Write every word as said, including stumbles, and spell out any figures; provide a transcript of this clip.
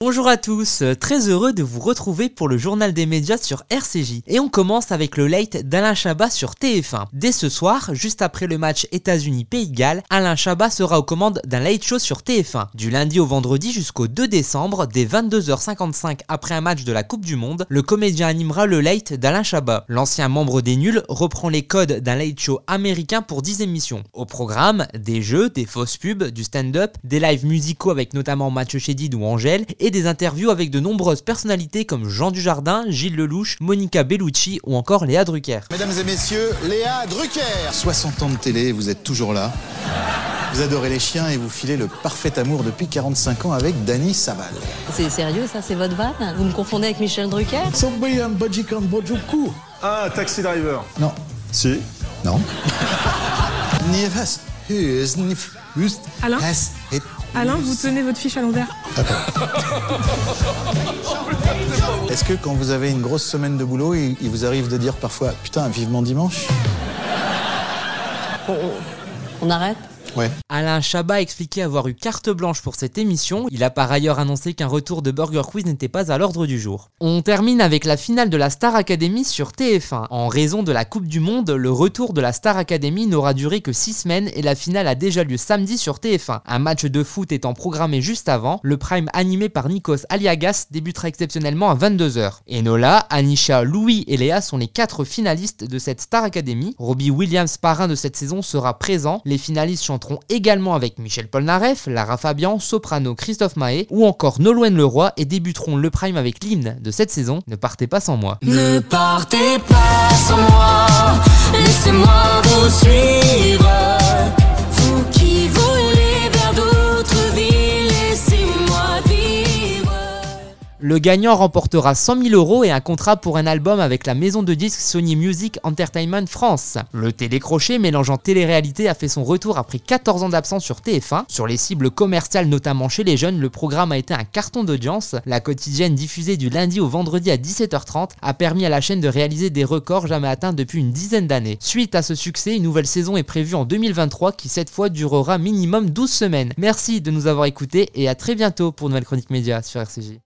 Bonjour à tous, très heureux de vous retrouver pour le journal des médias sur R C J. Et on commence avec le late d'Alain Chabat sur T F un. Dès ce soir, juste après le match États-Unis-Pays de Galles, Alain Chabat sera aux commandes d'un late show sur T F un. Du lundi au vendredi jusqu'au deux décembre, dès vingt-deux heures cinquante-cinq après un match de la Coupe du Monde, le comédien animera le late d'Alain Chabat. L'ancien membre des Nuls reprend les codes d'un late show américain pour dix émissions. Au programme, des jeux, des fausses pubs, du stand-up, des lives musicaux avec notamment Mathieu Chédid ou Angèle, et des interviews avec de nombreuses personnalités comme Jean Dujardin, Gilles Lelouch, Monica Bellucci ou encore Léa Drucker. Mesdames et messieurs, Léa Drucker. soixante ans de télé, vous êtes toujours là. Vous adorez les chiens et vous filez le parfait amour depuis quarante-cinq ans avec Dany Sabal. C'est sérieux ça, c'est votre vanne? Vous me confondez avec Michel Drucker? Ah, Taxi Driver. Non. Si. Non. Alain Alain, vous tenez votre fiche à l'envers. Est-ce que quand vous avez une grosse semaine de boulot, il, il vous arrive de dire parfois « Putain, vivement dimanche » on, on arrête? Ouais. Alain Chabat a expliqué avoir eu carte blanche pour cette émission. Il a par ailleurs annoncé qu'un retour de Burger Quiz n'était pas à l'ordre du jour. On termine avec la finale de la Star Academy sur T F un. En raison de la Coupe du Monde, le retour de la Star Academy n'aura duré que six semaines et la finale a déjà lieu samedi sur T F un. Un match de foot étant programmé juste avant, le prime animé par Nikos Aliagas débutera exceptionnellement à vingt-deux heures. Enola, Anisha, Louis et Léa sont les quatre finalistes de cette Star Academy. Robbie Williams, parrain de cette saison, sera présent. Les finalistes chanteront également avec Michel Polnareff, Lara Fabian, Soprano, Christophe Mahé ou encore Nolwenn Leroy et débuteront le prime avec l'hymne de cette saison, Ne partez pas sans moi. Ne partez pas sans moi, laissez-moi vous suivre. Vous qui volez vers d'autres villes, laissez-moi vivre. Le gagnant remportera cent mille euros et un contrat pour un album avec la maison de disques Sony Music Entertainment France. Le télécrochet mélangeant télé-réalité a fait son retour après quatorze ans d'absence sur T F un. Sur les cibles commerciales, notamment chez les jeunes, le programme a été un carton d'audience. La quotidienne diffusée du lundi au vendredi à dix-sept heures trente a permis à la chaîne de réaliser des records jamais atteints depuis une dizaine d'années. Suite à ce succès, une nouvelle saison est prévue en deux mille vingt-trois qui cette fois durera minimum douze semaines. Merci de nous avoir écoutés et à très bientôt pour une nouvelle chronique média sur R C J.